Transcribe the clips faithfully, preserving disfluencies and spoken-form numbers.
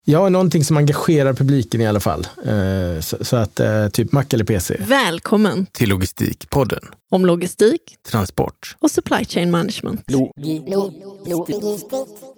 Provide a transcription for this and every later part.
Ja, någonting som engagerar publiken i alla fall. Eh, så, så att eh, typ Mac eller P C. Välkommen till Logistikpodden. Om logistik, transport och supply chain management. Lo- Lo- Logistik.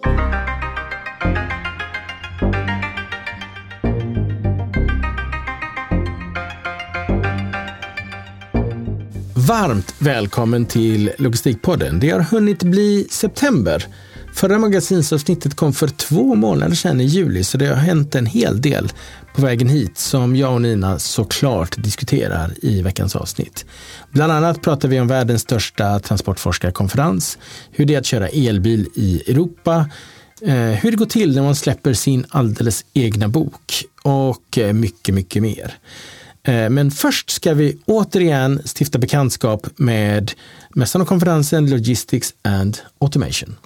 Varmt välkommen till Logistikpodden. Det har hunnit bli september. Förra magasinsavsnittet kom för två månader sedan i juli, så det har hänt en hel del på vägen hit som jag och Nina såklart diskuterar i veckans avsnitt. Bland annat pratar vi om världens största transportforskarkonferens, hur det är att köra elbil i Europa, eh, hur det går till när man släpper sin alldeles egna bok och eh, mycket, mycket mer. Eh, men först ska vi återigen stifta bekantskap med mässan och konferensen Logistics and Automation.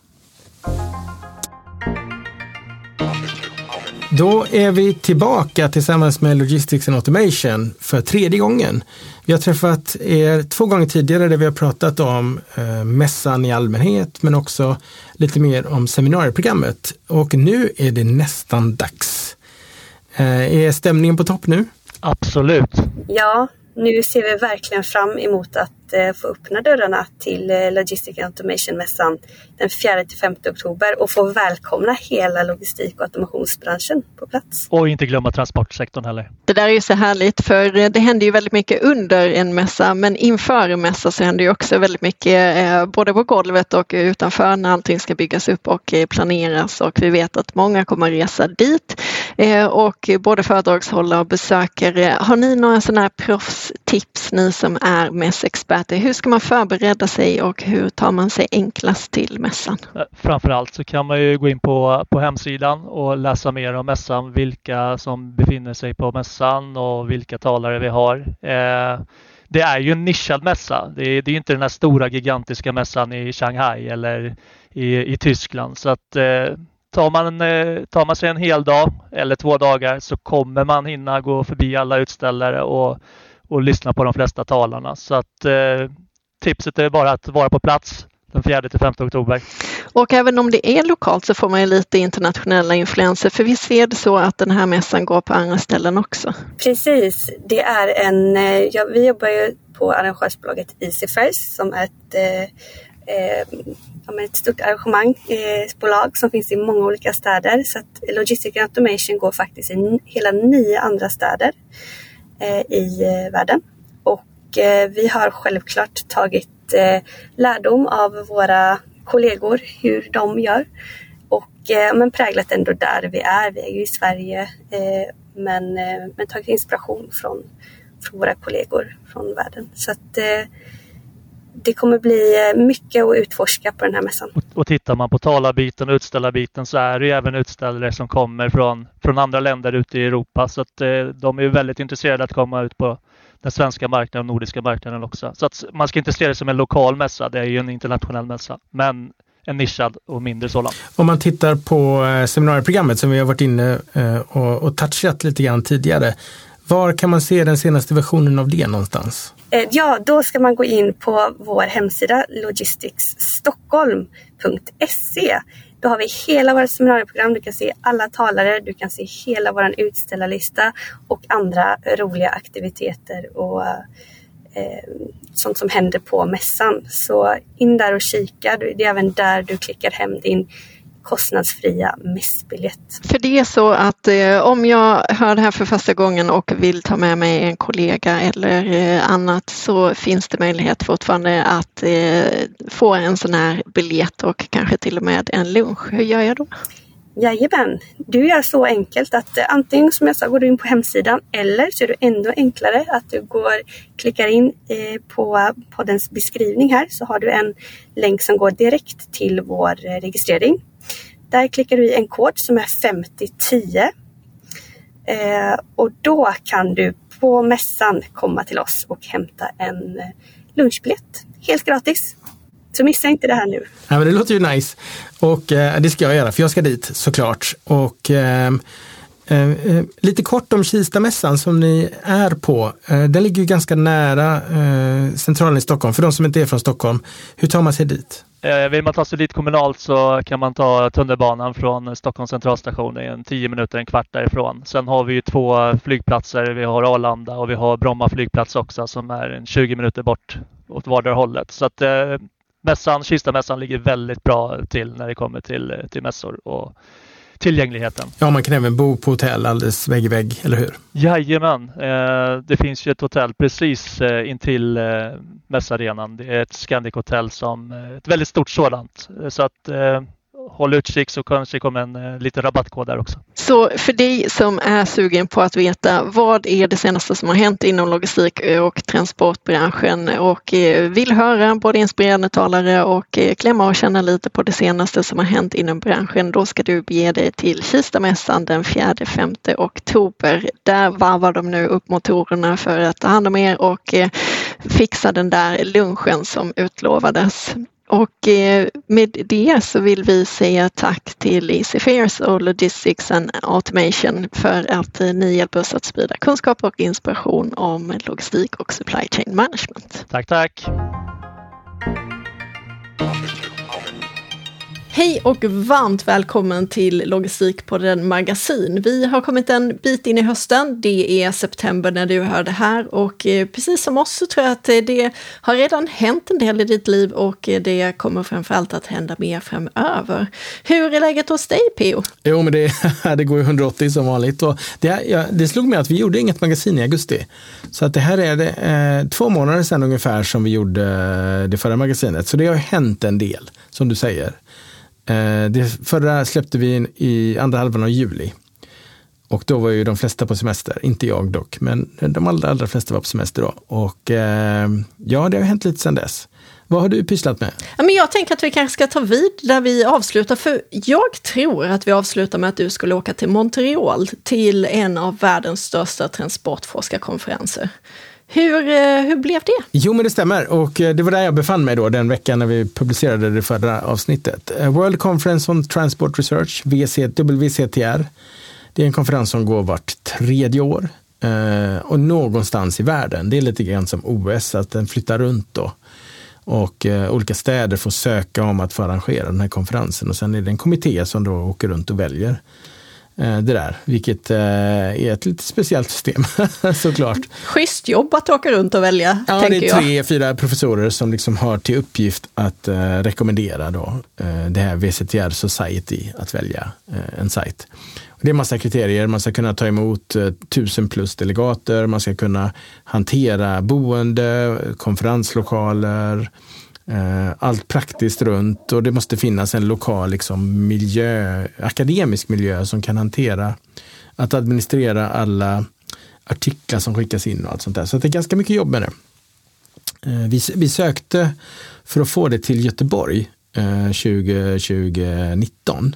Då är vi tillbaka tillsammans med Logistics and Automation för tredje gången. Vi har träffat er två gånger tidigare där vi har pratat om eh, mässan i allmänhet, men också lite mer om seminarieprogrammet. Och nu är det nästan dags. Eh, är stämningen på topp nu? Absolut. Ja, nu ser vi verkligen fram emot att eh, få öppna dörrarna till eh, Logistics and Automation-mässan den fjärde till femte oktober och få välkomna hela logistik- och automationsbranschen på plats. Och inte glömma transportsektorn heller. Det där är ju så härligt, för det händer ju väldigt mycket under en mässa, men inför en mässa så händer ju också väldigt mycket eh, både på golvet och utanför när allting ska byggas upp och eh, planeras, och vi vet att många kommer resa dit eh, och både föredragshållare och besökare. Har ni några sådana här proffstips, ni som är mässexperter? Hur ska man förbereda sig och hur tar man sig enklast till mässan? Framförallt så kan man ju gå in på, på hemsidan och läsa mer om mässan, vilka som befinner sig på mässan och vilka talare vi har. Eh, det är ju en nischad mässa. Det är, det är inte den här stora gigantiska mässan i Shanghai eller i, i Tyskland. Så att eh, tar, man, eh, tar man sig en hel dag eller två dagar så kommer man hinna gå förbi alla utställare och, och lyssna på de flesta talarna. Så att eh, tipset är bara att vara på plats den fjärde till femte oktober. Och även om det är lokalt så får man ju lite internationella influenser, för vi ser det så att den här mässan går på andra ställen också. Precis, det är en, ja, vi jobbar ju på arrangörsbolaget Easy First som är ett, eh, ett stort arrangemangsbolag eh, som finns i många olika städer. Så att Logistics and Automation går faktiskt i hela nio andra städer eh, i eh, världen. Och eh, vi har självklart tagit eh, lärdom av våra kollegor, hur de gör, och eh, men präglat ändå där vi är. Vi är ju i Sverige, eh, men, eh, men tagit inspiration från, från våra kollegor från världen. Så att eh, det kommer bli mycket att utforska på den här mässan. Och, och tittar man på talarbiten och utställarbiten så är det ju även utställare som kommer från, från andra länder ute i Europa. Så att eh, de är ju väldigt intresserade att komma ut på den svenska marknaden och nordiska marknaden också. Så att man ska inte se det som en lokal mässa, det är ju en internationell mässa. Men en nischad och mindre sådan. Om man tittar på seminarieprogrammet som vi har varit inne och, och touchat lite grann tidigare, var kan man se den senaste versionen av det någonstans? Ja, då ska man gå in på vår hemsida logisticsstockholm punkt se. Då har vi hela vårt seminarieprogram. Du kan se alla talare, du kan se hela vår utställarlista och andra roliga aktiviteter och eh, sånt som händer på mässan. Så in där och kika. Det är även där du klickar hem din kostnadsfria mässbiljett. För det är så att eh, om jag hör det här för första gången och vill ta med mig en kollega eller eh, annat, så finns det möjlighet fortfarande att eh, få en sån här biljett och kanske till och med en lunch. Hur gör jag då? Jajamän, du gör så enkelt att eh, antingen som jag sa går du in på hemsidan, eller så är det ändå enklare att du går, klickar in eh, på poddens beskrivning här, så har du en länk som går direkt till vår eh, registrering. Där klickar du i en kod som är femtio tio eh, och då kan du på mässan komma till oss och hämta en lunchbiljett. Helt gratis. Så missa inte det här nu. Ja, men det låter ju nice. Och eh, det ska jag göra, för jag ska dit såklart. Och eh, eh, lite kort om Kistamässan som ni är på. Eh, den ligger ju ganska nära eh, centralen i Stockholm. För de som inte är från Stockholm, hur tar man sig dit? Eh, vill man ta sig dit kommunalt så kan man ta tunnelbanan från Stockholms centralstation. Det är en tio minuter, en kvart därifrån. Sen har vi ju två flygplatser. Vi har Arlanda och vi har Bromma flygplats också som är en tjugo minuter bort åt vardera hållet. Så att eh, mässan, Kistamässan ligger väldigt bra till när det kommer till, till mässor och tillgängligheten. Ja, man kan även bo på hotell alldeles vägg i vägg, eller hur? Jajamän. Eh, det finns ju ett hotell precis eh, intill eh, mässarenan. Det är ett Scandic hotell som eh, ett väldigt stort sådant. Så att eh, håll utkik så kanske kommer en eh, liten rabattkod där också. Så för dig som är sugen på att veta vad är det senaste som har hänt inom logistik och transportbranschen och vill höra både inspirerande talare och klämma och känna lite på det senaste som har hänt inom branschen, då ska du bege dig till Kistamässan den fjärde till femte oktober. Där varvar de nu upp motorerna för att ta hand om er och fixa den där lunchen som utlovades. Och med det så vill vi säga tack till Easy Fares och Logistics and Automation för att ni hjälper oss att sprida kunskap och inspiration om logistik och supply chain management. Tack, tack! Hej och varmt välkommen till Logistikpodden Magasin. Vi har kommit en bit in i hösten. Det är september när du hör det här och precis som oss så tror jag att det har redan hänt en del i ditt liv och det kommer framförallt att hända mer framöver. Hur är läget hos dig, P O? Jo, men det, det går ju hundraåttio som vanligt. Och det, ja, det slog mig att vi gjorde inget magasin i augusti. Så att det här är det, eh, två månader sedan ungefär som vi gjorde det förra magasinet. Så det har hänt en del, som du säger. Det förra släppte vi in i andra halvan av juli och då var ju de flesta på semester, inte jag dock, men de allra, allra flesta var på semester då och eh, ja, det har hänt lite sedan dess. Vad har du pysslat med? Ja, men jag tänker att vi kanske ska ta vid där vi avslutar, för jag tror att vi avslutar med att du skulle åka till Montreal till en av världens största transportforskarkonferenser. Hur, hur blev det? Jo, men det stämmer och det var där jag befann mig då den veckan när vi publicerade det förra avsnittet. World Conference on Transport Research, W C T R. Det är en konferens som går vart tredje år och någonstans i världen. Det är lite grann som O S, att den flyttar runt då. Och olika städer får söka om att få arrangera den här konferensen och sen är det en kommitté som då åker runt och väljer det där, vilket är ett lite speciellt system såklart. Schysst jobb att åka runt och välja, ja, tänker jag. Ja, det är tre, fyra professorer som liksom har till uppgift att uh, rekommendera då, uh, det här W C T R Society att välja uh, en sajt. Och det är massa kriterier, man ska kunna ta emot uh, tusen plus delegater, man ska kunna hantera boende, konferenslokaler, allt praktiskt runt och det måste finnas en lokal liksom, miljö, akademisk miljö som kan hantera att administrera alla artiklar som skickas in och allt sånt där. Så det är ganska mycket jobb med det. Vi, vi sökte för att få det till Göteborg tjugo tjugonitton.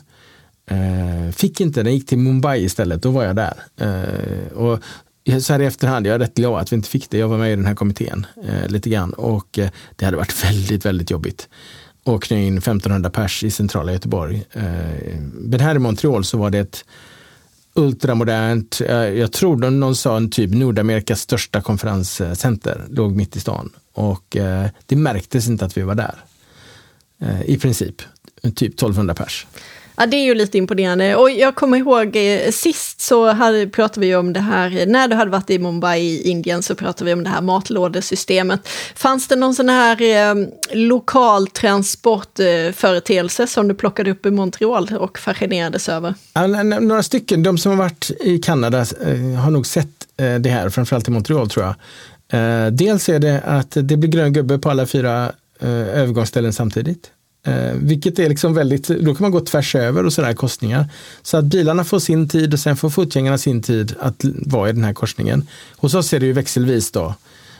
Fick inte, den gick till Mumbai istället, då var jag där. Och så här i efterhand, jag är rätt glad att vi inte fick det. Jag var med i den här kommittén eh, lite grann och eh, det hade varit väldigt, väldigt jobbigt att knö in femtonhundra pers i centrala Göteborg. Eh, men här i Montreal så var det ett ultramodernt, eh, jag tror de, någon sa en typ Nordamerikas största konferenscenter låg mitt i stan och eh, det märktes inte att vi var där. Eh, I princip, typ tolvhundra pers. Ja, det är ju lite imponerande. Och jag kommer ihåg, eh, sist så hade, pratade vi om det här, när du hade varit i Mumbai i Indien så pratade vi om det här matlådesystemet. Fanns det någon sån här eh, lokal transportföreteelse eh, som du plockade upp i Montreal och fascinerades över? Ja, några stycken, de som har varit i Kanada eh, har nog sett eh, det här, framförallt i Montreal tror jag. Eh, dels är det att det blir grön gubbe på alla fyra eh, övergångsställen samtidigt. Eh, vilket är liksom väldigt, då kan man gå tvärs över och sådär korsningar. Så att bilarna får sin tid och sen får fotgängarna sin tid att vara i den här korsningen. Hos oss är det ju växelvis då.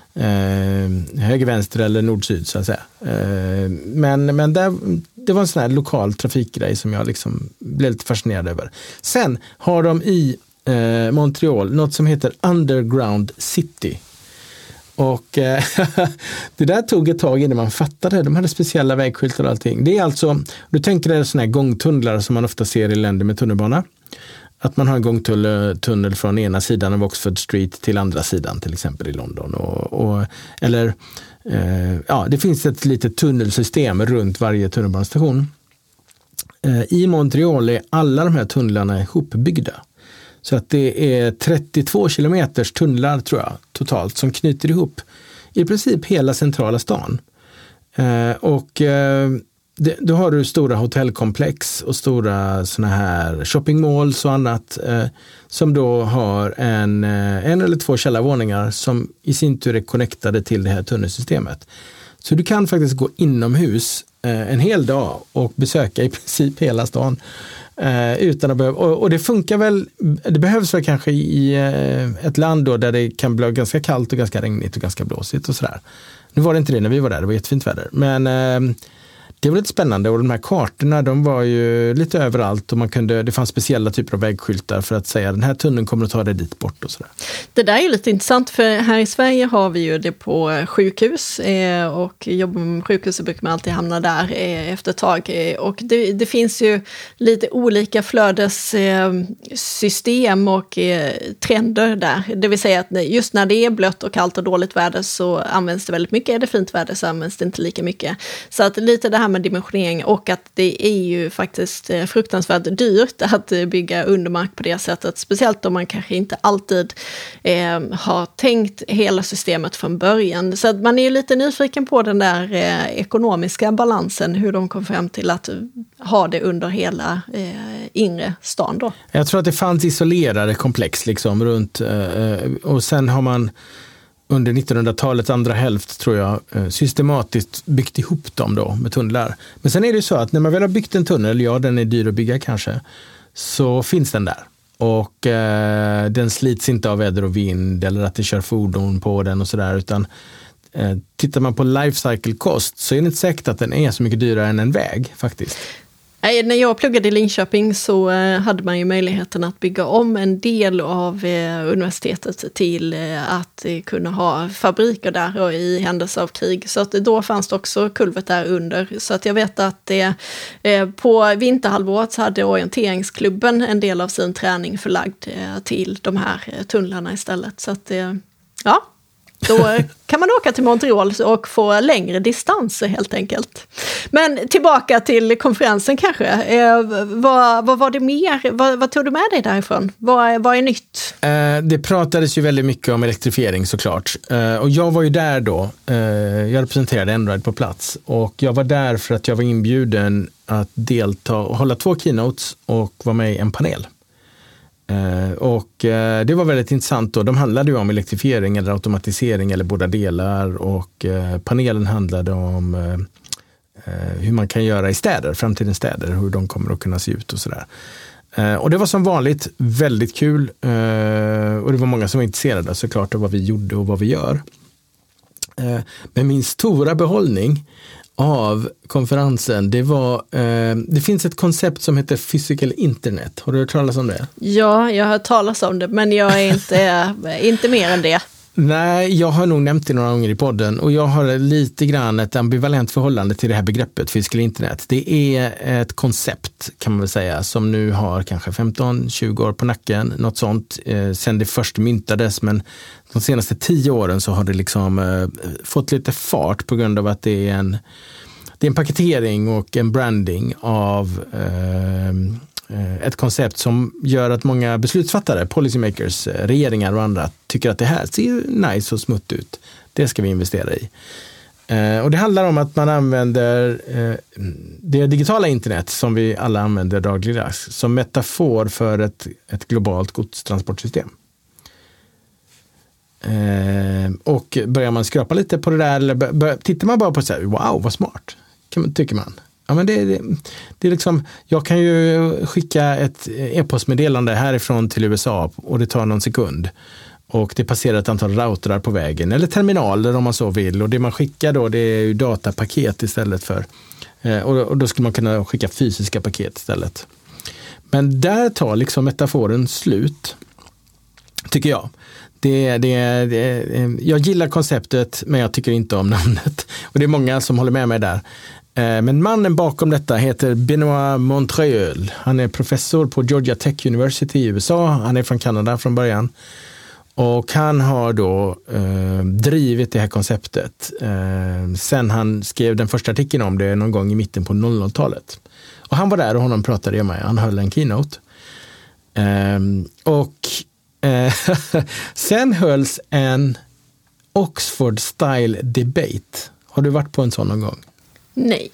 Eh, höger, vänster eller nord-syd så att säga. Eh, men men där, det var en sån här lokal trafikgrej som jag liksom blev lite fascinerad över. Sen har de i eh, Montreal något som heter Underground City. Och eh, det där tog ett tag innan man fattade. De hade speciella vägskyltar och allting. Det är alltså, du tänker dig sådana här gångtunnlar som man ofta ser i länder med tunnelbana. Att man har en gångtunnel från ena sidan av Oxford Street till andra sidan, till exempel i London. Och, och, eller eh, ja, det finns ett litet tunnelsystem runt varje tunnelbanestation. Eh, I Montreal är alla de här tunnlarna ihopbyggda. Så att det är trettiotvå kilometers tunnlar tror jag totalt som knyter ihop i princip hela centrala stan. Eh, och eh, det, då har du stora hotellkomplex och stora såna här shoppingmalls och annat eh, som då har en, eh, en eller två källarvåningar som i sin tur är connectade till det här tunnelsystemet. Så du kan faktiskt gå inomhus eh, en hel dag och besöka i princip hela stan. Eh, utan att behöva, och, och det funkar väl, det behövs väl kanske i eh, ett land då där det kan bli ganska kallt och ganska regnigt och ganska blåsigt och sådär. Nu var det inte det när vi var där, det var jättefint väder. Men eh, det var lite spännande och de här kartorna de var ju lite överallt och man kunde, det fanns speciella typer av vägskyltar för att säga den här tunneln kommer att ta dig dit bort och sådär. Det där är lite intressant för här i Sverige har vi ju det på sjukhus eh, och jobbar med sjukhus så brukar man alltid hamna där eh, efter ett tag. Eh, och det, det finns ju lite olika flödessystem eh, och eh, trender där. Det vill säga att just när det är blött och kallt och dåligt väder så används det väldigt mycket. Är det fint väder så används det inte lika mycket. Så att lite det här med dimensionering och att det är ju faktiskt fruktansvärt dyrt att bygga undermark på det sättet. Speciellt om man kanske inte alltid eh, har tänkt hela systemet från början. Så att man är ju lite nyfiken på den där eh, ekonomiska balansen, hur de kom fram till att ha det under hela eh, inre stan då. Jag tror att det fanns isolerade komplex liksom runt eh, och sen har man under nittonhundratalets andra hälft tror jag systematiskt byggt ihop dem då med tunnlar. Men sen är det ju så att när man väl har byggt en tunnel, ja den är dyr att bygga kanske, så finns den där. Och eh, den slits inte av väder och vind eller att det kör fordon på den och sådär, utan eh, tittar man på life cycle cost så är det inte säkert att den är så mycket dyrare än en väg faktiskt. När jag pluggade i Linköping så hade man ju möjligheten att bygga om en del av universitetet till att kunna ha fabriker där och i händelse av krig. Så att då fanns det också kulvert där under. Så att jag vet att det, på vinterhalvåret så hade orienteringsklubben en del av sin träning förlagd till de här tunnlarna istället. Så att ja. Då kan man åka till Montreal och få längre distanser helt enkelt. Men tillbaka till konferensen kanske. Eh, vad, vad var det mer? Vad, vad tog du med dig därifrån? Vad, vad är nytt? Eh, det pratades ju väldigt mycket om elektrifiering såklart. Eh, och jag var ju där då. Eh, jag representerade Einride på plats. Och jag var där för att jag var inbjuden att delta och hålla två keynotes och vara med i en panel. Uh, och uh, det var väldigt intressant då. De handlade ju om elektrifiering eller automatisering eller båda delar och uh, panelen handlade om uh, uh, hur man kan göra i städer, framtidens städer, hur de kommer att kunna se ut och sådär. Uh, och det var som vanligt väldigt kul uh, och det var många som var intresserade såklart av vad vi gjorde och vad vi gör. Uh, men min stora behållning av konferensen, det var eh, det finns ett koncept som heter physical internet. Har du hört talas om det? Ja, jag har hört talas om det, men jag är inte, inte mer än det. Nej, jag har nog nämnt det några gånger i podden och jag har lite grann ett ambivalent förhållande till det här begreppet physical internet. Det är ett koncept kan man väl säga som nu har kanske femton tjugo år på nacken, något sånt, eh, sen det först myntades, men de senaste tio åren så har det liksom eh, fått lite fart på grund av att det är en, det är en paketering och en branding av eh, ett koncept som gör att många beslutsfattare, policymakers, regeringar och andra tycker att det här ser nice och smutt ut. Det ska vi investera i. Och det handlar om att man använder det digitala internet som vi alla använder dagligdags som metafor för ett, ett globalt godstransportsystem. Och börjar man skrapa lite på det där eller bör, tittar man bara på så här, wow vad smart, tycker man. Ja, men det, det, det är liksom, jag kan ju skicka ett e-postmeddelande härifrån till U S A och det tar någon sekund. Och det passerar ett antal routrar på vägen, eller terminaler om man så vill. Och det man skickar då, det är ju datapaket istället för, eh, och, och då skulle man kunna skicka fysiska paket istället. Men där tar liksom metaforen slut, tycker jag. Det, det, det, jag gillar konceptet, men jag tycker inte om namnet. Och det är många som håller med mig där. Men mannen bakom detta heter Benoit Montreuil. Han är professor på Georgia Tech University i U S A. Han är från Kanada från början. Och han har då eh, drivit det här konceptet eh, sen han skrev den första artikeln om det någon gång i mitten på noll noll-talet. Och han var där och honom pratade jag med. Han höll en keynote. Eh, och eh, sen hölls en Oxford Style Debate. Har du varit på en sån någon gång? Nej.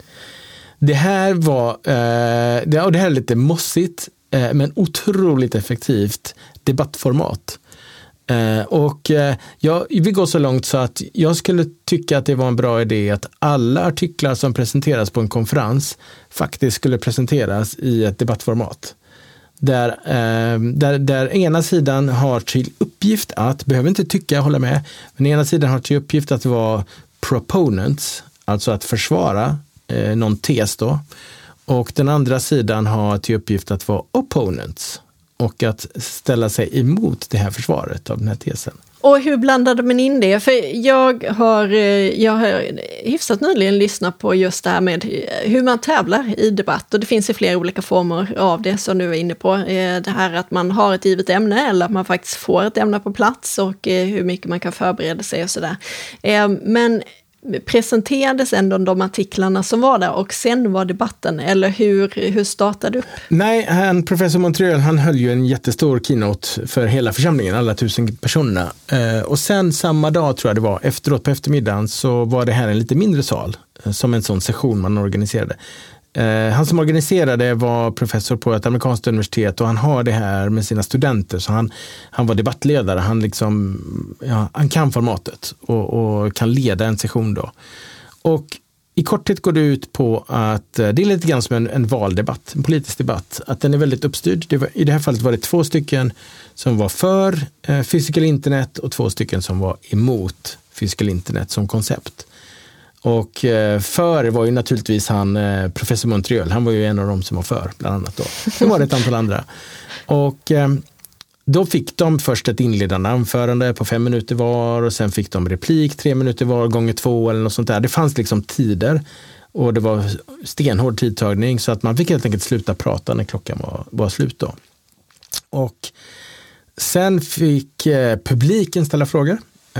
Det här var, eh, det, och det här är lite mossigt eh, men otroligt effektivt debattformat. Eh, och eh, jag vill gå så långt så att jag skulle tycka att det var en bra idé att alla artiklar som presenteras på en konferens faktiskt skulle presenteras i ett debattformat. Där, eh, där, där ena sidan har till uppgift att, behöver inte tycka, hålla med, men ena sidan har till uppgift att vara proponents, alltså att försvara eh, någon tes då. Och den andra sidan har till uppgift att vara opponents och att ställa sig emot det här försvaret av den här tesen. Och hur blandade man in det? För jag har, jag har hyfsat nyligen lyssnat på just det här med hur man tävlar i debatt. Och det finns ju flera olika former av det som du är inne på. Det här att man har ett givet ämne eller att man faktiskt får ett ämne på plats och hur mycket man kan förbereda sig och sådär. Men presenterades ändå de artiklarna som var där och sen var debatten, eller hur, hur startade du? Nej, han, professor Montreal, han höll ju en jättestor keynote för hela församlingen, alla tusen personerna. Eh, och sen samma dag tror jag det var, efteråt på eftermiddagen så var det här en lite mindre sal, eh, som en sån session man organiserade. Eh, han som organiserade var professor på ett amerikanskt universitet och han har det här med sina studenter, så han, han var debattledare, han, liksom, ja, han kan formatet och, och kan leda en session då. Och i korthet går det ut på att det är lite grann som en, en valdebatt, en politisk debatt, att den är väldigt uppstyrd. Det var, i det här fallet var det två stycken som var för eh, physical internet och två stycken som var emot physical internet som koncept. Och för var ju naturligtvis han, professor Montreal, han var ju en av dem som var för, bland annat då. Så var det ett antal andra. Och då fick de först ett inledande anförande på fem minuter var och sen fick de replik tre minuter var gånger två eller något sånt där. Det fanns liksom tider och det var stenhård tidtagning så att man fick helt enkelt sluta prata när klockan var, var slut då. Och sen fick publiken ställa frågor.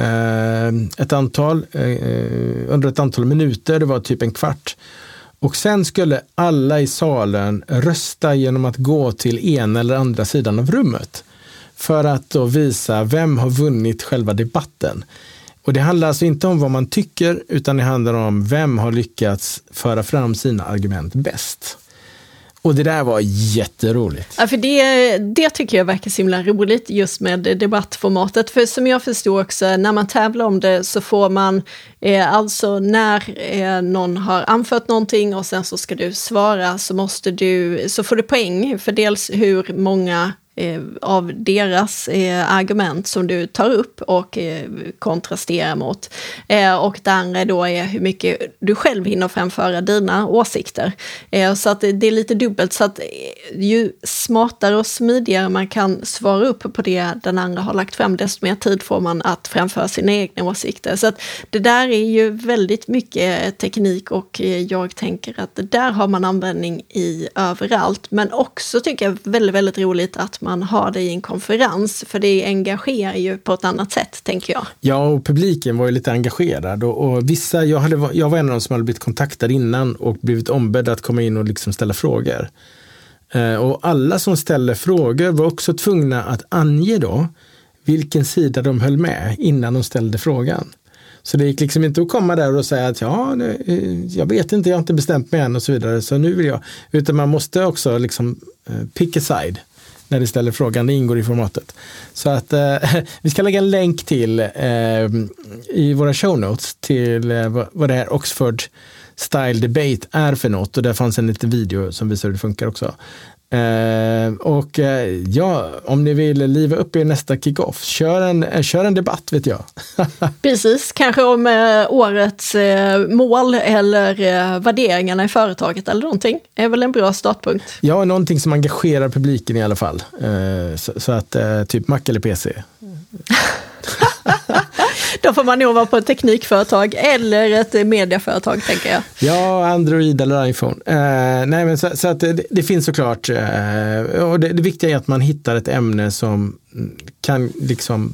Ett antal, under ett antal minuter, det var typ en kvart. Och sen skulle alla i salen rösta genom att gå till en eller andra sidan av rummet. För att då visa vem har vunnit själva debatten. Och det handlar alltså inte om vad man tycker utan det handlar om vem har lyckats föra fram sina argument bäst. Och det där var jätteroligt. Ja, för det, det tycker jag verkar så himla roligt just med debattformatet. För som jag förstår också, när man tävlar om det så får man eh, alltså när eh, någon har anfört någonting och sen så ska du svara så måste du, så får du poäng för dels hur många eh, av deras eh, argument som du tar upp och eh, kontrasterar mot. Eh, och det andra då är hur mycket du själv hinner framföra dina åsikter. Eh, så att det är lite dubbelt, så att ju smartare och smidigare man kan svara upp på det den andra har lagt fram, desto mer tid får man att framföra sina egna åsikter. Så att det där är ju väldigt mycket teknik och jag tänker att det där har man användning i överallt. Men också tycker jag väldigt, väldigt roligt att man har det i en konferens, för det engagerar ju på ett annat sätt, tänker jag. Ja, och publiken var ju lite engagerad och, och vissa, jag, hade, jag var en av dem som hade blivit kontaktad innan och blivit ombedd att komma in och liksom ställa frågor. Eh, och alla som ställde frågor var också tvungna att ange då vilken sida de höll med innan de ställde frågan. Så det gick liksom inte att komma där och säga att ja, nu, jag vet inte, jag har inte bestämt mig än och så vidare, så nu vill jag. Utan man måste också liksom eh, pick a side när det ställer frågan, det ingår i formatet. Så att eh, vi ska lägga en länk till eh, i våra show notes till eh, vad det här Oxford Style Debate är för något, och där fanns en liten video som visar hur det funkar också. Eh, och eh, ja, om ni vill liva upp er nästa kick-off, kör en, eh, kör en debatt, vet jag. Precis, kanske om eh, årets eh, mål eller eh, värderingarna i företaget eller någonting, är väl en bra startpunkt. Ja, någonting som engagerar publiken i alla fall. Eh, så, så att eh, typ Mac eller P C. Då får man nog vara på ett teknikföretag eller ett mediaföretag, tänker jag. Ja, Android eller iPhone. Eh, nej, men så, så att det, det finns såklart. Eh, och det, det viktiga är att man hittar ett ämne som kan liksom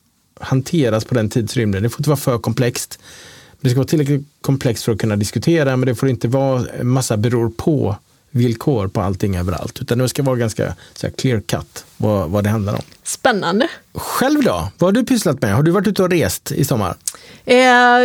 hanteras på den tidsrymden. Det får inte vara för komplext. Det ska vara tillräckligt komplext för att kunna diskutera, men det får inte vara en massa beror på villkor på allting överallt, utan det ska vara ganska så här clear cut vad, vad det handlar om. Spännande. Själv då? Vad har du pysslat med? Har du varit ute och rest i sommar? Eh,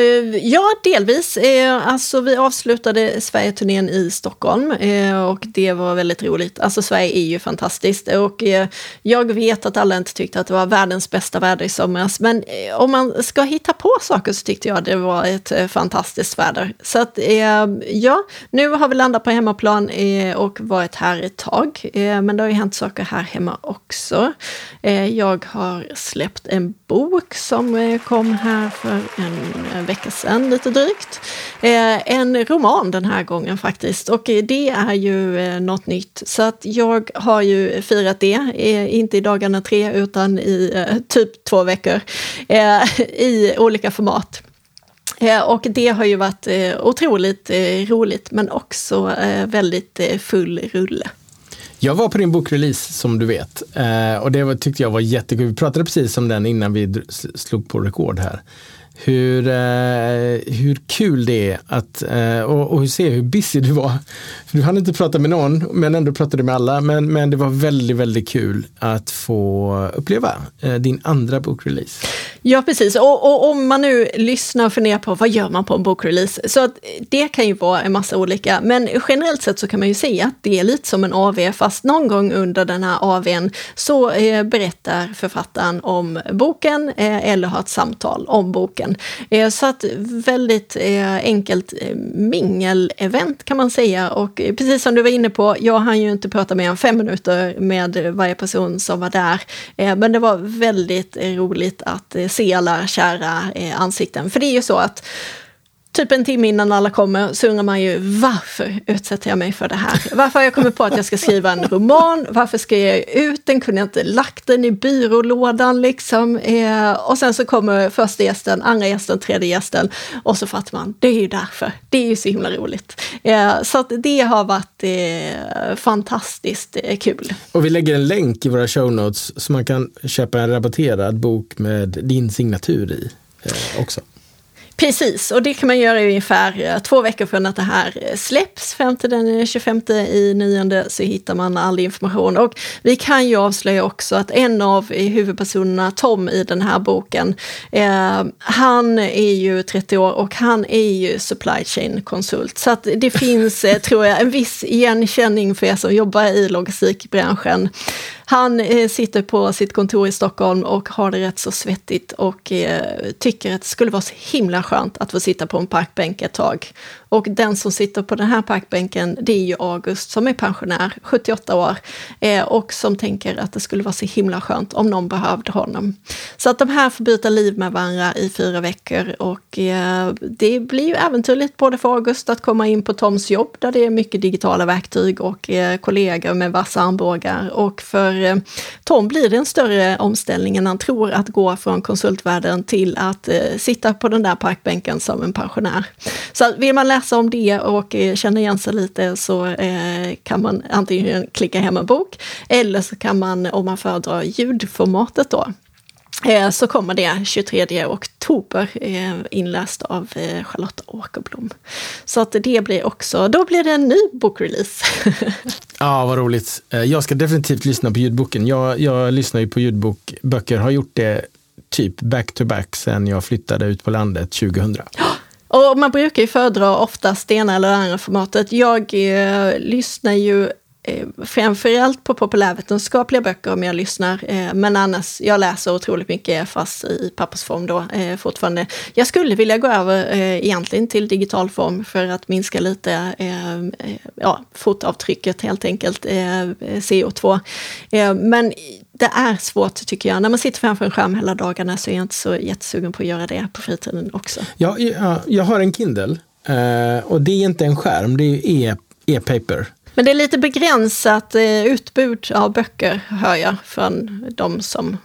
ja, delvis. Eh, alltså, vi avslutade Sverige-turnén i Stockholm eh, och det var väldigt roligt. Alltså, Sverige är ju fantastiskt och eh, jag vet att alla inte tyckte att det var världens bästa väder i somras, men eh, om man ska hitta på saker så tyckte jag det var ett eh, fantastiskt väder. Så att, eh, ja, nu har vi landat på hemmaplan eh, och varit här ett tag, eh, men det har ju hänt saker här hemma också. Eh, jag har släppt en bok som eh, kom här för en en vecka sedan, lite drygt. Eh, en roman den här gången faktiskt, och det är ju eh, något nytt. Så att jag har ju firat det, eh, inte i dagarna tre utan i eh, typ två veckor eh, i olika format. Eh, och det har ju varit eh, otroligt eh, roligt, men också eh, väldigt eh, full rulle. Jag var på din bokrelease som du vet eh, och det var, tyckte jag var jättekul. Vi pratade precis om den innan vi slog på rekord här. Hur, eh, hur kul det är att, eh, och, och hur ser hur busy du var. För du hann inte prata med någon, men ändå pratade med alla. Men, men det var väldigt, väldigt kul att få uppleva eh, din andra bokrelease. Ja, precis. Och, och om man nu lyssnar och funderar på vad gör man på en bokrelease, så att det kan ju vara en massa olika. Men generellt sett så kan man ju säga att det är lite som en A V, fast någon gång under den här A V:n så eh, berättar författaren om boken eh, eller har ett samtal om boken. Eh, så att väldigt eh, enkelt eh, mingel-event kan man säga. Och eh, precis som du var inne på, jag hann ju inte prata mer än fem minuter med varje person som var där. Eh, men det var väldigt eh, roligt att eh, se alla kära eh, ansikten. För det är ju så att typ en timme innan alla kommer så undrar man ju, varför utsätter jag mig för det här? Varför har jag kommit på att jag ska skriva en roman? Varför ska jag ut den? Kunde jag inte lagt den i byrålådan liksom? Eh, och sen så kommer första gästen, andra gästen, tredje gästen och så fattar man, det är ju därför. Det är ju så himla roligt. Eh, så att det har varit eh, fantastiskt eh, kul. Och vi lägger en länk i våra show notes så man kan köpa en rabatterad bok med din signatur i eh, också. Precis, och det kan man göra ungefär två veckor från att det här släpps. femte den tjugofemte i nionde så hittar man all information. Och vi kan ju avslöja också att en av huvudpersonerna, Tom, i den här boken, eh, han är ju trettio år och han är ju supply chain konsult. Så att det finns, eh, tror jag, en viss igenkänning för er som jobbar i logistikbranschen. Han eh, sitter på sitt kontor i Stockholm och har det rätt så svettigt och eh, tycker att det skulle vara så himla skönt att få sitta på en parkbänk ett tag. Och den som sitter på den här parkbänken, det är ju August som är pensionär, sjuttioåtta år, eh, och som tänker att det skulle vara så himla skönt om någon behövde honom. Så att de här får byta liv med varandra i fyra veckor och eh, det blir ju äventyrligt både för August att komma in på Toms jobb där det är mycket digitala verktyg och eh, kollegor med vassa armbågar, och för eh, Tom blir det en större omställning än han tror att gå från konsultvärlden till att eh, sitta på den där parkbänken som en pensionär. Så vill man läsa om det och eh, känna igen sig lite så eh, kan man antingen klicka hem en bok eller så kan man, om man föredrar ljudformatet då, eh, så kommer det tjugotredje oktober eh, inläst av eh, Charlotta Åkerblom. Så att det blir också, då blir det en ny bokrelease. Ja, vad roligt. Jag ska definitivt lyssna på ljudboken. Jag, jag lyssnar ju på ljudböcker, har gjort det typ back to back sen jag flyttade ut på landet tjugohundra. Och man brukar ju föredra oftast det ena eller andra formatet. Jag eh, lyssnar ju eh, framförallt på populärvetenskapliga böcker om jag lyssnar. Eh, men annars, jag läser otroligt mycket fast i pappersform då eh, fortfarande. Jag skulle vilja gå över eh, egentligen till digital form för att minska lite eh, ja, fotavtrycket helt enkelt, eh, C O två. Eh, men det är svårt tycker jag. När man sitter framför en skärm hela dagarna så är jag inte så jättesugen på att göra det på fritiden också. Ja, jag, jag har en Kindle eh, och det är inte en skärm, det är e-paper. Men det är lite begränsat eh, utbud av böcker hör jag från de som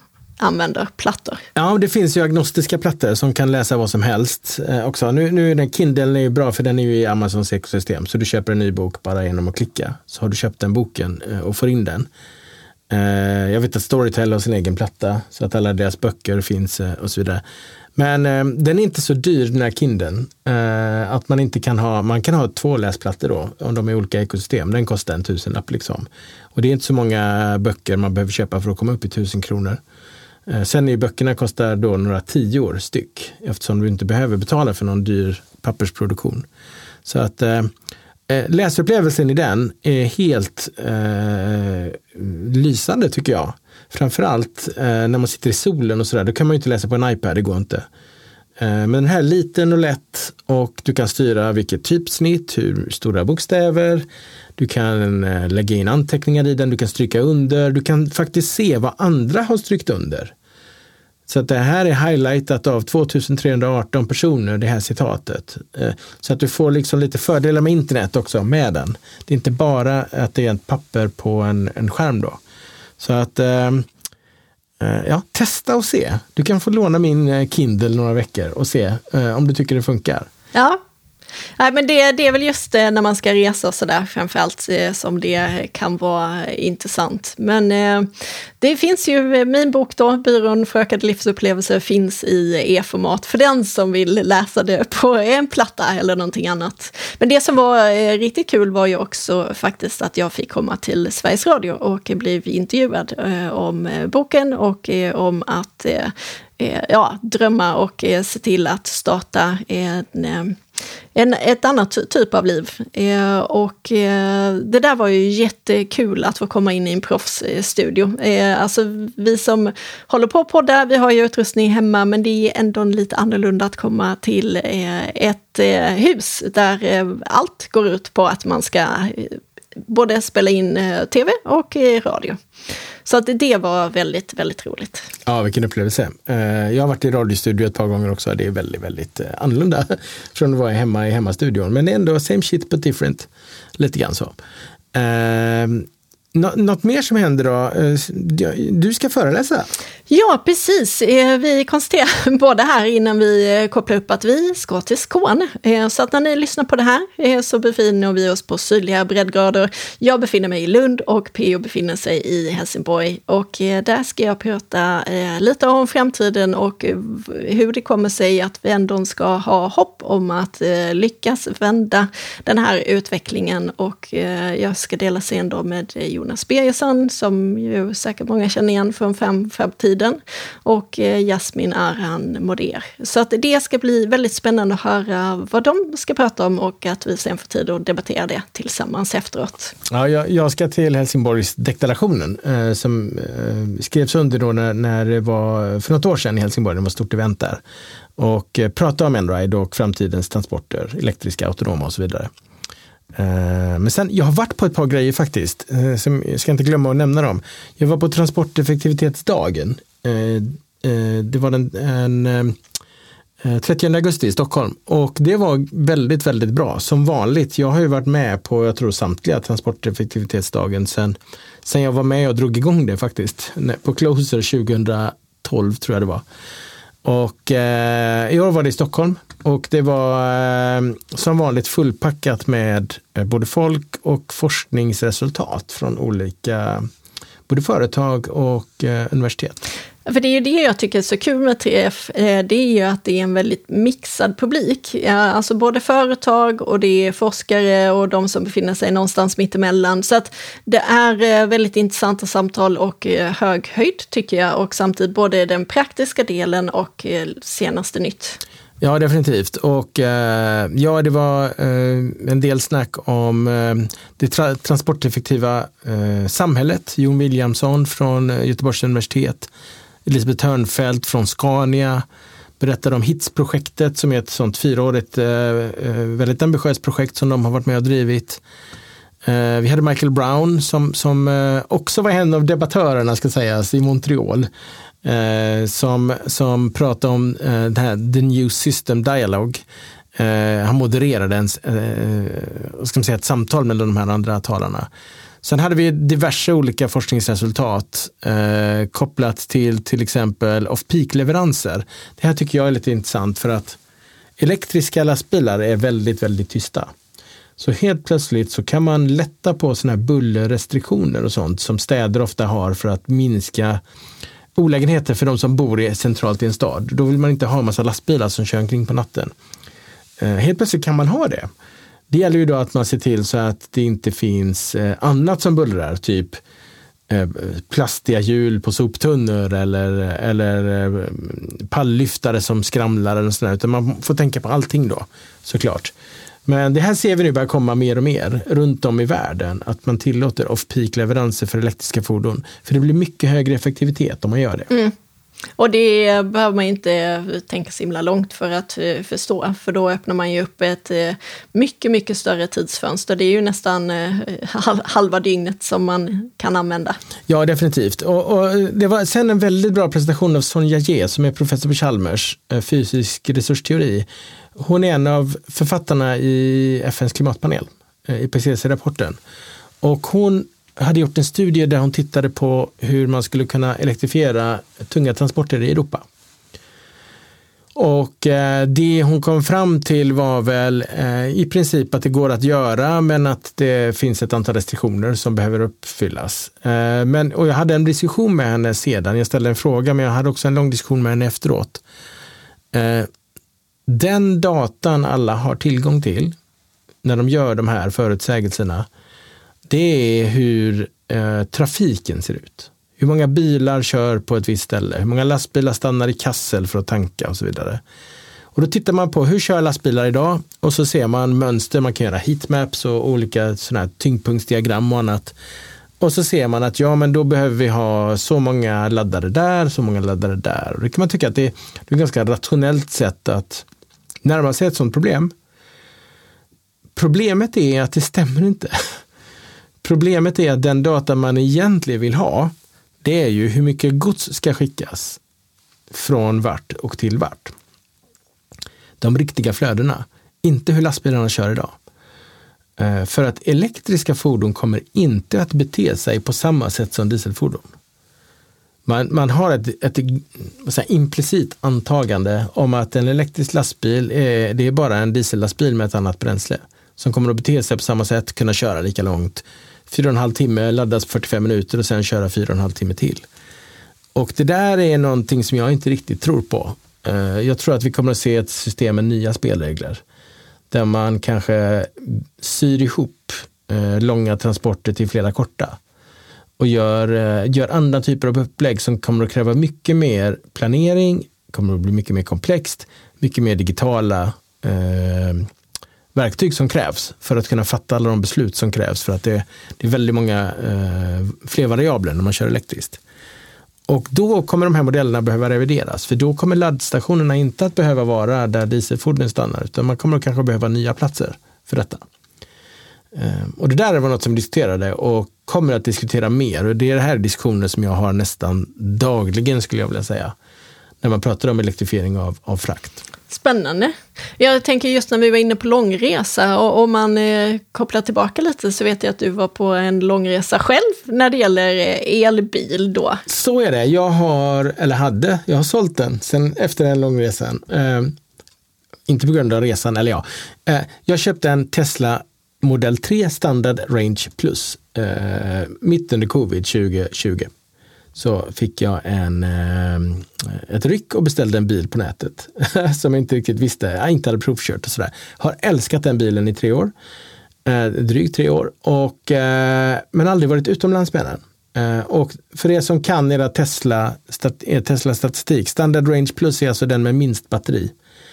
använder plattor. Ja, det finns ju agnostiska plattor som kan läsa vad som helst eh, också. Nu, nu är den Kindle är ju bra för den är ju i Amazons ekosystem. Så du köper en ny bok bara genom att klicka. Så har du köpt den boken eh, och får in den. Eh, jag vet att Storytel har sin egen platta så att alla deras böcker finns eh, och så vidare. Men eh, den är inte så dyr den här Kindlen. Eh, att man inte kan ha, man kan ha två läsplattor då om de är olika ekosystem. Den kostar en tusenlapp liksom. Och det är inte så många böcker man behöver köpa för att komma upp i tusen kronor. Eh, sen är ju böckerna kostar då några tior styck eftersom du inte behöver betala för någon dyr pappersproduktion. Så att eh, läsupplevelsen i den är helt eh, lysande tycker jag. Framförallt eh, när man sitter i solen och sådär, då kan man ju inte läsa på en iPad, det går inte. Eh, men den här är liten och lätt och du kan styra vilket typsnitt, hur stora bokstäver, du kan eh, lägga in anteckningar i den, du kan stryka under, du kan faktiskt se vad andra har strykt under. Så att det här är highlightat av tvåtusentrehundraarton personer, det här citatet. Eh, så att du får liksom lite fördelar med internet också med den. Det är inte bara att det är ett papper på en, en skärm då. Så att, eh, ja, testa och se. Du kan få låna min Kindle några veckor och se eh, om du tycker det funkar. Ja, Nej, men det, det är väl just det när man ska resa och sådär framförallt eh, som det kan vara intressant. Men eh, det finns ju, min bok då, Byrån för ökade livsupplevelser, finns i e-format för den som vill läsa det på en platta eller någonting annat. Men det som var eh, riktigt kul var ju också faktiskt att jag fick komma till Sveriges Radio och blev intervjuad eh, om eh, boken och eh, om att eh, ja, drömma och eh, se till att starta en En, ett annat typ av liv. Eh, och eh, det där var ju jättekul att få komma in i en proffsstudio. Eh, alltså vi som håller på på det, vi har ju utrustning hemma, men det är ändå lite annorlunda att komma till eh, ett eh, hus där eh, allt går ut på att man ska eh, både spela in eh, tv och eh, radio. Så att det var väldigt, väldigt roligt. Ja, vilken upplevelse. Jag har varit i radiostudio ett par gånger också. Det är väldigt, väldigt annorlunda från att vara hemma i hemmastudion. Men det är ändå same shit but different. Lite grann så. Något mer som händer då? Du ska föreläsa. Ja, precis. Vi konstaterar både här innan vi kopplar upp att vi ska till Skåne. Så att när ni lyssnar på det här så befinner vi oss på sydliga breddgrader. Jag befinner mig i Lund och P O befinner sig i Helsingborg. Och där ska jag prata lite om framtiden och hur det kommer sig att vi ändå ska ha hopp om att lyckas vända den här utvecklingen. Och jag ska dela scen då med Jonas Birgersson som ju säkert många känner igen från fem fem-tiden och Jasmin Arhan Moder. Så att det ska bli väldigt spännande att höra vad de ska prata om och att vi sen får tid att debattera det tillsammans efteråt. Ja, jag, jag ska till Helsingborgs deklarationen eh, som eh, skrevs under då när, när det var för något år sedan i Helsingborg, det var ett stort event där. Och eh, prata om Enride och framtidens transporter, elektriska, autonoma och så vidare. Men sen, jag har varit på ett par grejer faktiskt, som jag ska inte glömma att nämna dem. Jag var på transporteffektivitetsdagen. Det var den, en trettionde augusti i Stockholm och det var väldigt, väldigt bra. Som vanligt, jag har ju varit med på, jag tror samtliga transporteffektivitetsdagen sen, sen jag var med och drog igång det faktiskt. På Closer tjugotolv tror jag det var. Och eh, i år var det i Stockholm och det var eh, som vanligt fullpackat med eh, både folk och forskningsresultat från olika både företag och eh, universitet. För det är ju det jag tycker är så kul med tre F, det är ju att det är en väldigt mixad publik. Alltså både företag och det är forskare och de som befinner sig någonstans mittemellan. Så att det är väldigt intressanta samtal och hög höjd tycker jag. Och samtidigt både den praktiska delen och senaste nytt. Ja, definitivt. Och eh, ja, det var eh, en del snack om eh, det tra- transporteffektiva eh, samhället. Jon Williamson från Göteborgs universitet. Elisabeth Törnfeldt från Scania berättade om H I T S-projektet som är ett sånt fyraårigt eh, väldigt ambitiöst projekt som de har varit med och drivit. Eh, vi hade Michael Brown som, som eh, också var en av debattörerna ska sägas i Montreal eh, som, som pratade om eh, det här, The New System Dialogue. Eh, han modererade en, eh, ska man säga, ett samtal mellan de här andra talarna. Sen hade vi diverse olika forskningsresultat eh, kopplat till till exempel off-peak-leveranser. Det här tycker jag är lite intressant för att elektriska lastbilar är väldigt, väldigt tysta. Så helt plötsligt så kan man lätta på såna här bullerrestriktioner och sånt som städer ofta har för att minska olägenheter för de som bor centralt i en stad. Då vill man inte ha en massa lastbilar som kör omkring på natten. Eh, helt plötsligt kan man ha det. Det gäller ju då att man ser till så att det inte finns eh, annat som bullrar, typ eh, plastiga hjul på soptunnor eller, eller eh, palllyftare som skramlar eller sådär, utan man får tänka på allting då, såklart. Men det här ser vi nu börja komma mer och mer runt om i världen, att man tillåter off-peak-leveranser för elektriska fordon, för det blir mycket högre effektivitet om man gör det. Mm. Och det behöver man inte tänka så himla långt för att förstå, för då öppnar man ju upp ett mycket, mycket större tidsfönster. Det är ju nästan halva dygnet som man kan använda. Ja, definitivt. Och, och det var sen en väldigt bra presentation av Sonja Ge, som är professor på Chalmers, fysisk resursteori. Hon är en av författarna i F N:s klimatpanel, I P C C-rapporten. Och hon hade gjort en studie där hon tittade på hur man skulle kunna elektrifiera tunga transporter i Europa. Och det hon kom fram till var väl i princip att det går att göra, men att det finns ett antal restriktioner som behöver uppfyllas. Men, och jag hade en diskussion med henne sedan, jag ställde en fråga, men jag hade också en lång diskussion med henne efteråt. Den datan alla har tillgång till när de gör de här förutsägelserna, det är hur eh, trafiken ser ut. Hur många bilar kör på ett visst ställe, hur många lastbilar stannar i Kassel för att tanka och så vidare. Och då tittar man på hur kör lastbilar idag, och så ser man mönster, man kan göra heatmaps och olika sådana här tyngdpunktsdiagram och annat. Och så ser man att ja, men då behöver vi ha så många laddare där, så många laddare där. Och det kan man tycka att det är, det är ett ganska rationellt sätt att närma sig ett sådant problem. Problemet är att det stämmer inte. Problemet är att den data man egentligen vill ha, det är ju hur mycket gods ska skickas från vart och till vart. De riktiga flödena, inte hur lastbilarna kör idag. För att elektriska fordon kommer inte att bete sig på samma sätt som dieselfordon. Man, man har ett, ett, ett implicit antagande om att en elektrisk lastbil är, det är bara en diesellastbil med ett annat bränsle som kommer att bete sig på samma sätt, kunna köra lika långt. Fyra och en halv timme, laddas fyrtiofem minuter och sen köra fyra och en halv timme till. Och det där är någonting som jag inte riktigt tror på. Jag tror att vi kommer att se ett system med nya spelregler där man kanske syr ihop långa transporter till flera korta och gör, gör andra typer av upplägg som kommer att kräva mycket mer planering, kommer att bli mycket mer komplext, mycket mer digitala eh, verktyg som krävs för att kunna fatta alla de beslut som krävs, för att det, det är väldigt många eh, fler variabler när man kör elektriskt. Och då kommer de här modellerna behöva revideras, för då kommer laddstationerna inte att behöva vara där dieselfordon stannar, utan man kommer kanske behöva nya platser för detta. Eh, och det där var något som vi diskuterade och kommer att diskutera mer, och det är det här diskussioner som jag har nästan dagligen, skulle jag vilja säga, när man pratar om elektrifiering av, av frakt. Spännande. Jag tänker just när vi var inne på långresa, och om man eh, kopplar tillbaka lite, så vet jag att du var på en långresa själv när det gäller elbil då. Så är det. Jag har, eller hade, jag har sålt den sen efter den långresan. Eh, inte på grund av resan, eller ja. Eh, jag köpte en Tesla Model tre Standard Range Plus eh, mitt under covid tjugo tjugo. Så fick jag en, ett ryck och beställde en bil på nätet som jag inte riktigt visste, jag inte hade provkört och sådär. Har älskat den bilen i tre år, drygt tre år, och, men aldrig varit utomlands med den. Och för er som kan era Tesla, Tesla statistik, Standard Range Plus är alltså den med minst batteri.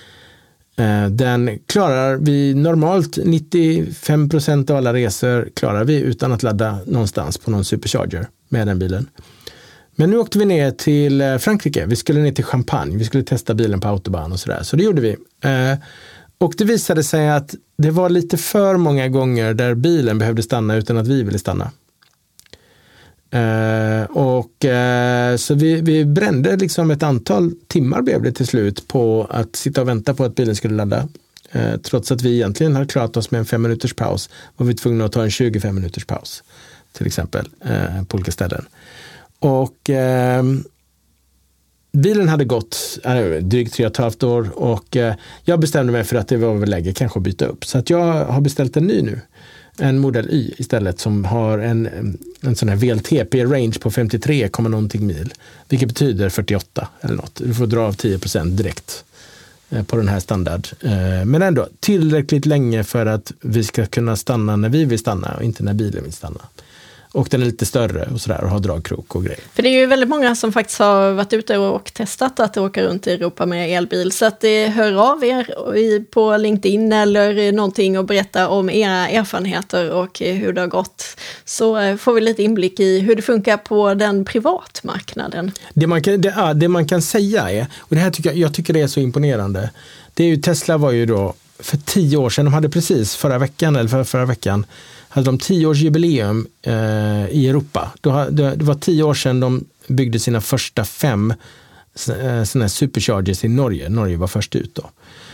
Den klarar vi normalt, nittiofem procent av alla resor klarar vi utan att ladda någonstans på någon supercharger med den bilen. Men nu åkte vi ner till Frankrike. Vi skulle ner till Champagne. Vi skulle testa bilen på autobahn och sådär. Så det gjorde vi. Eh, och det visade sig att det var lite för många gånger där bilen behövde stanna utan att vi ville stanna. Eh, och eh, så vi, vi brände liksom ett antal timmar blev det till slut på att sitta och vänta på att bilen skulle ladda. Eh, trots att vi egentligen hade klarat oss med en fem minuters paus, var vi tvungna att ta en tjugofem minuters paus. till exempel eh, på olika ställen. Och eh, bilen hade gått äh, drygt tre och ett halvt år och eh, jag bestämde mig för att det var väl läge kanske att byta upp. Så att jag har beställt en ny nu. En Model Y istället som har en, en sån här V L T P-range på femtiotre komma någonting mil. Vilket betyder fyrtioåtta eller något. Du får dra av tio procent direkt eh, på den här standard. Eh, men ändå tillräckligt länge för att vi ska kunna stanna när vi vill stanna och inte när bilen vill stanna. Och den är lite större och sådär och har dragkrok och grejer. För det är ju väldigt många som faktiskt har varit ute och testat att åka runt i Europa med elbil. Så att det hör av er på LinkedIn eller någonting och berätta om era erfarenheter och hur det har gått. Så får vi lite inblick i hur det funkar på den privatmarknaden. Det man kan, det, ja, det man kan säga är, och det här tycker jag, jag tycker det är så imponerande. Det är ju, Tesla var ju då för tio år sedan, de hade precis förra veckan eller för, förra veckan hade de tio års jubileum eh, i Europa. Då, det, det var tio år sedan de byggde sina första fem eh, såna här superchargers i Norge. Norge var först ut då.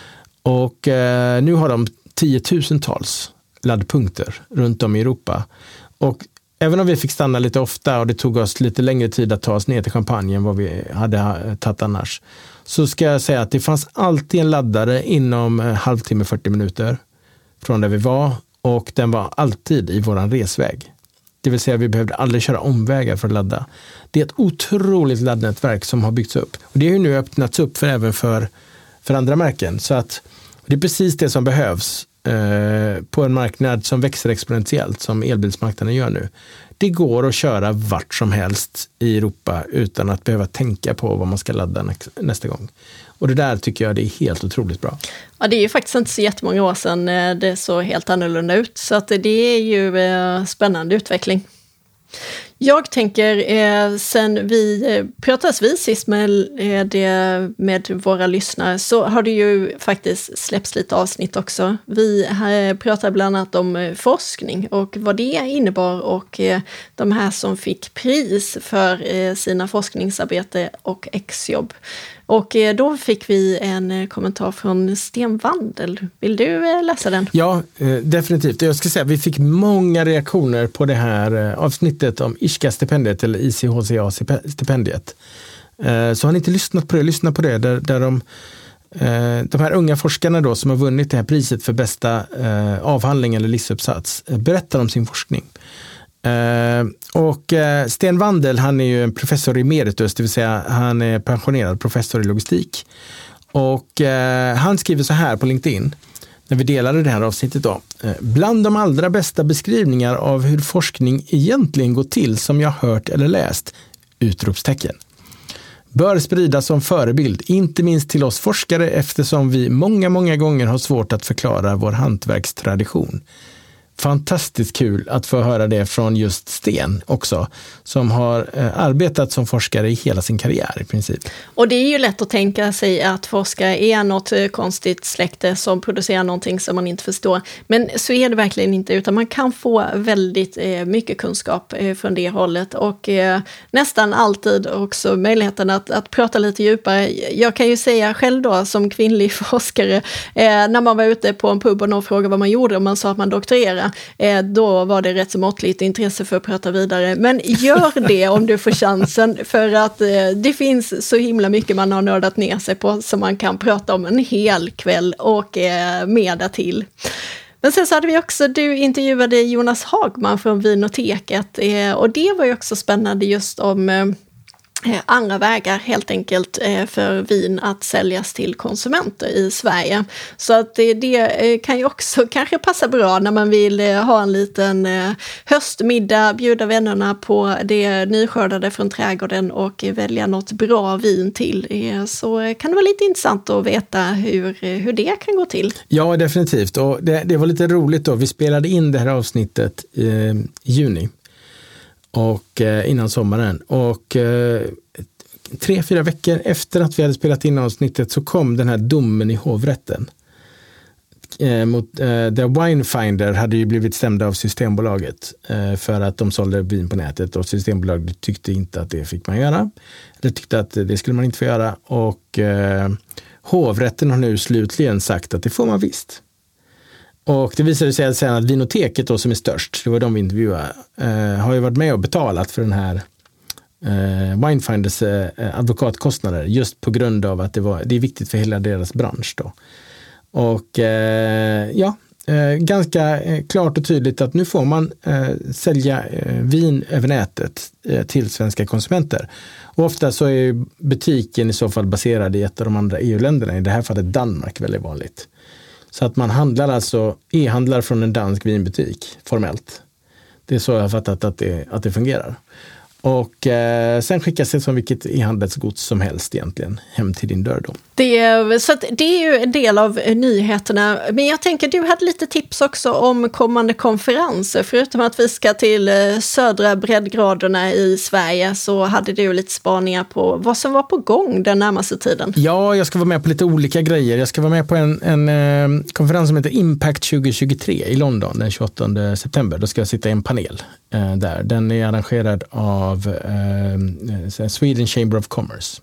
Och eh, nu har de tiotusentals laddpunkter runt om i Europa. Och även om vi fick stanna lite ofta och det tog oss lite längre tid att ta oss ner till Champagne än vad vi hade tagit annars, så ska jag säga att det fanns alltid en laddare inom en halvtimme, fyrtio minuter från där vi var. Och den var alltid i våran resväg. Det vill säga vi behövde aldrig köra omvägar för att ladda. Det är ett otroligt laddnätverk som har byggts upp. Och det har ju nu öppnats upp för även för, för andra märken. Så att det är precis det som behövs eh, på en marknad som växer exponentiellt som elbilsmarknaden gör nu. Det går att köra vart som helst i Europa utan att behöva tänka på vad man ska ladda nästa gång. Och det där tycker jag det är helt otroligt bra. Ja, det är ju faktiskt inte så jättemånga år sedan det såg helt annorlunda ut. Så att det är ju eh, spännande utveckling. Jag tänker, eh, sen vi eh, pratades vid sist med, eh, det, med våra lyssnare så har det ju faktiskt släppts lite avsnitt också. Vi eh, pratade bland annat om eh, forskning och vad det innebar och eh, de här som fick pris för eh, sina forskningsarbete och exjobb. Och eh, då fick vi en eh, kommentar från Sten Wandel. Vill du eh, läsa den? Ja, eh, definitivt. Jag ska säga vi fick många reaktioner på det här eh, avsnittet om I S C A-stipendiet eller I C H C A-stipendiet. Eh, så har ni inte lyssnat på det, lyssna på det. Där, där de, eh, de här unga forskarna då som har vunnit det här priset för bästa eh, avhandling eller livsuppsats eh, berättar om sin forskning. Uh, och uh, Sten Wandel, han är ju en professor emeritus, det vill säga han är pensionerad professor i logistik. Och uh, han skriver så här på LinkedIn, när vi delade det här avsnittet då. Uh, bland de allra bästa beskrivningar av hur forskning egentligen går till som jag hört eller läst, utropstecken. Bör spridas som förebild, inte minst till oss forskare eftersom vi många, många gånger har svårt att förklara vår hantverkstradition. Fantastiskt kul att få höra det från just Sten också, som har eh, arbetat som forskare i hela sin karriär i princip. Och det är ju lätt att tänka sig att forskare är något eh, konstigt släkte som producerar någonting som man inte förstår. Men så är det verkligen inte, utan man kan få väldigt eh, mycket kunskap eh, från det hållet och eh, nästan alltid också möjligheten att, att prata lite djupare. Jag kan ju säga själv då som kvinnlig forskare, eh, när man var ute på en pub och någon frågade vad man gjorde och man sa att man doktorerade, Eh, då var det rätt så måttligt intresse för att prata vidare. Men gör det om du får chansen, för att eh, det finns så himla mycket man har nördat ner sig på som man kan prata om en hel kväll och eh, mer därtill. Men sen så hade vi också, du intervjuade Jonas Hagman från Vinoteket eh, och det var ju också spännande just om eh, andra vägar helt enkelt för vin att säljas till konsumenter i Sverige. Så att det, det kan ju också kanske passa bra när man vill ha en liten höstmiddag, bjuda vännerna på det nyskördade från trädgården och välja något bra vin till. Så kan det vara lite intressant att veta hur, hur det kan gå till. Ja, definitivt. Och det, det var lite roligt då. Vi spelade in det här avsnittet i, i juni. Och eh, innan sommaren. Och eh, tre, fyra veckor efter att vi hade spelat in avsnittet så kom den här domen i hovrätten. Eh, mot, eh, där Winefinder hade ju blivit stämda av Systembolaget eh, för att de sålde vin på nätet och Systembolaget tyckte inte att det fick man göra. Eller tyckte att det skulle man inte få göra. Och eh, hovrätten har nu slutligen sagt att det får man visst. Och det visade sig sen att Vinoteket då, som är störst, det var de vi intervjuade, eh, har ju varit med och betalat för den här eh, Winefinders eh, advokatkostnader just på grund av att det, var, det är viktigt för hela deras bransch då. Och eh, ja, eh, ganska eh, klart och tydligt att nu får man eh, sälja eh, vin över nätet eh, till svenska konsumenter. Och ofta så är butiken i så fall baserad i ett av de andra E U-länderna, i det här fallet Danmark, väldigt vanligt. Så att man handlar alltså, e-handlar från en dansk vinbutik formellt. Det är så jag har fattat att det, att det fungerar. Och eh, sen skickas det som vilket e-handelsgods som helst egentligen hem till din dörr då. Det, så att det är ju en del av nyheterna. Men jag tänker, du hade lite tips också om kommande konferenser. Förutom att vi ska till södra breddgraderna i Sverige, så hade du lite spaningar på vad som var på gång den närmaste tiden. Ja, jag ska vara med på lite olika grejer. Jag ska vara med på en, en eh, konferens som heter Impact tjugo tjugotre i London den tjugoåttonde september. Då ska jag sitta i en panel eh, där. Den är arrangerad av eh, Sweden Chamber of Commerce.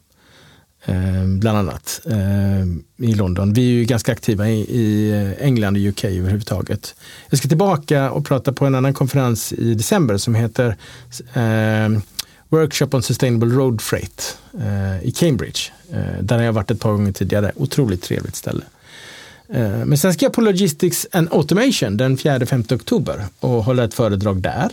Eh, bland annat eh, i London. Vi är ju ganska aktiva i, i England och U K överhuvudtaget. Jag ska tillbaka och prata på en annan konferens i december som heter eh, Workshop on Sustainable Road Freight eh, i Cambridge. Eh, där har jag varit ett par gånger tidigare. Otroligt trevligt ställe. Eh, men sen ska jag på Logistics and Automation den fjärde till femte oktober och hålla ett föredrag där.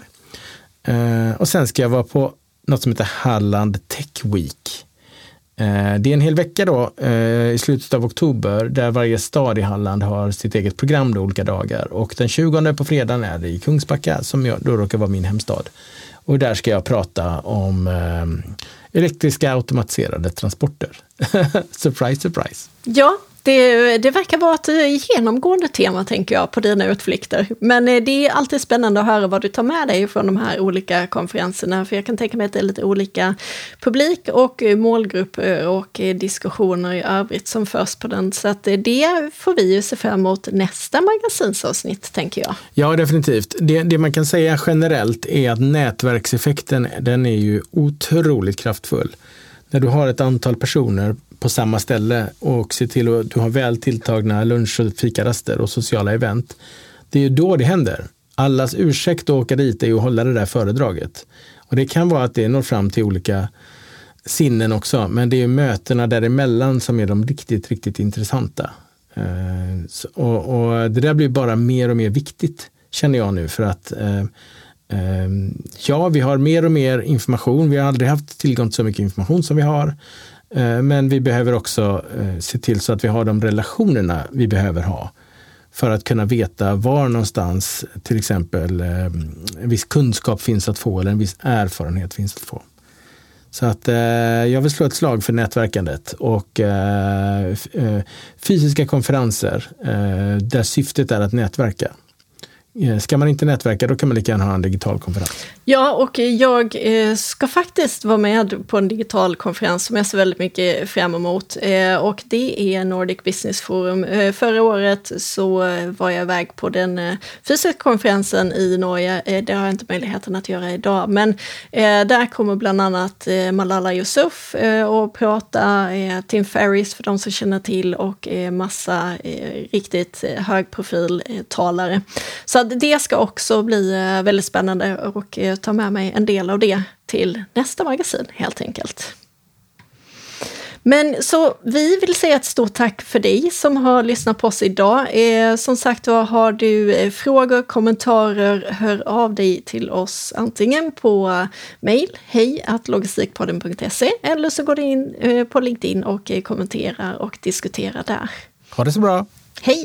Eh, och sen ska jag vara på något som heter Halland Tech Week. Det är en hel vecka då i slutet av oktober där varje stad i Halland har sitt eget program då, olika dagar. Och den tjugonde på fredagen är det i Kungsbacka som jag, då råkar vara min hemstad. Och där ska jag prata om eh, elektriska automatiserade transporter. Surprise, surprise. Ja, det, det verkar vara ett genomgående tema, tänker jag, på dina utflykter. Men det är alltid spännande att höra vad du tar med dig från de här olika konferenserna. För jag kan tänka mig att det är lite olika publik och målgrupper och diskussioner i övrigt som förs på den. Så att det får vi ju se fram emot nästa magasinsavsnitt, tänker jag. Ja, definitivt. Det, det man kan säga generellt är att nätverkseffekten, den är ju otroligt kraftfull. När du har ett antal personer på samma ställe och ser till att du har väl tilltagna lunch- och fikaraster och sociala event. Det är ju då det händer. Allas ursäkt att åka dit är ju att hålla det där föredraget. Och det kan vara att det når fram till olika sinnen också, men det är ju mötena däremellan som är de riktigt, riktigt intressanta. Och, och det där blir bara mer och mer viktigt, känner jag nu, för att ja, vi har mer och mer information. Vi har aldrig haft tillgång till så mycket information som vi har. Men vi behöver också se till så att vi har de relationerna vi behöver ha för att kunna veta var någonstans till exempel en viss kunskap finns att få eller en viss erfarenhet finns att få. Så att jag vill slå ett slag för nätverkandet och fysiska konferenser där syftet är att nätverka. Ska man inte nätverka, då kan man lika gärna ha en digital konferens. Ja, och jag ska faktiskt vara med på en digital konferens som jag ser väldigt mycket fram emot. Och det är Nordic Business Forum. Förra året så var jag iväg på den fysiska konferensen i Norge. Det har jag inte möjligheten att göra idag. Men där kommer bland annat Malala Yousaf och prata, Tim Ferriss för de som känner till och massa riktigt högprofiltalare. Så det ska också bli väldigt spännande och ta med mig en del av det till nästa magasin helt enkelt. Men så vi vill säga ett stort tack för dig som har lyssnat på oss idag. Eh, som sagt, har du eh, frågor, kommentarer, hör av dig till oss antingen på mejl hej at logistikpodden punkt se eller så går du in eh, på LinkedIn och eh, kommenterar och diskuterar där. Ha det så bra. Hej!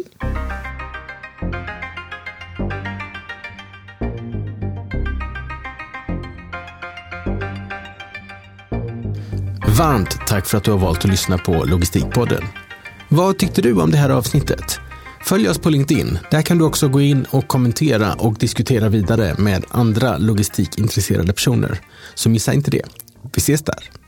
Varmt tack för att du har valt att lyssna på Logistikpodden. Vad tyckte du om det här avsnittet? Följ oss på LinkedIn. Där kan du också gå in och kommentera och diskutera vidare med andra logistikintresserade personer. Så missa inte det. Vi ses där.